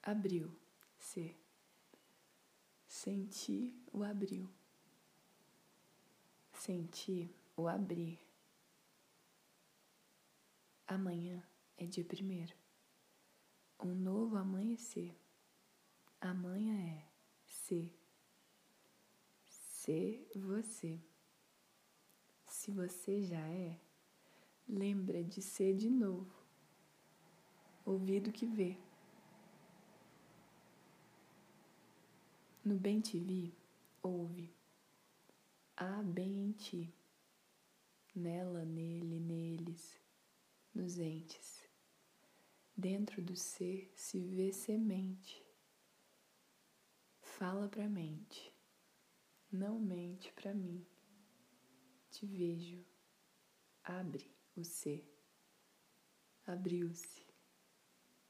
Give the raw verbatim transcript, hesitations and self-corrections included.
abril, ser. Senti o abril. Senti o abrir. Amanhã é dia primeiro. Um novo amanhecer. Amanhã é ser. Ser você. Se você já é, lembra de ser de novo. Ouvido que vê. No bem te vi, ouve. Há bem em ti. Nela, nele, neles, nos entes. Dentro do ser se vê semente. Fala pra mente. Não mente pra mim. Te vejo. Abre o ser. Abriu-se.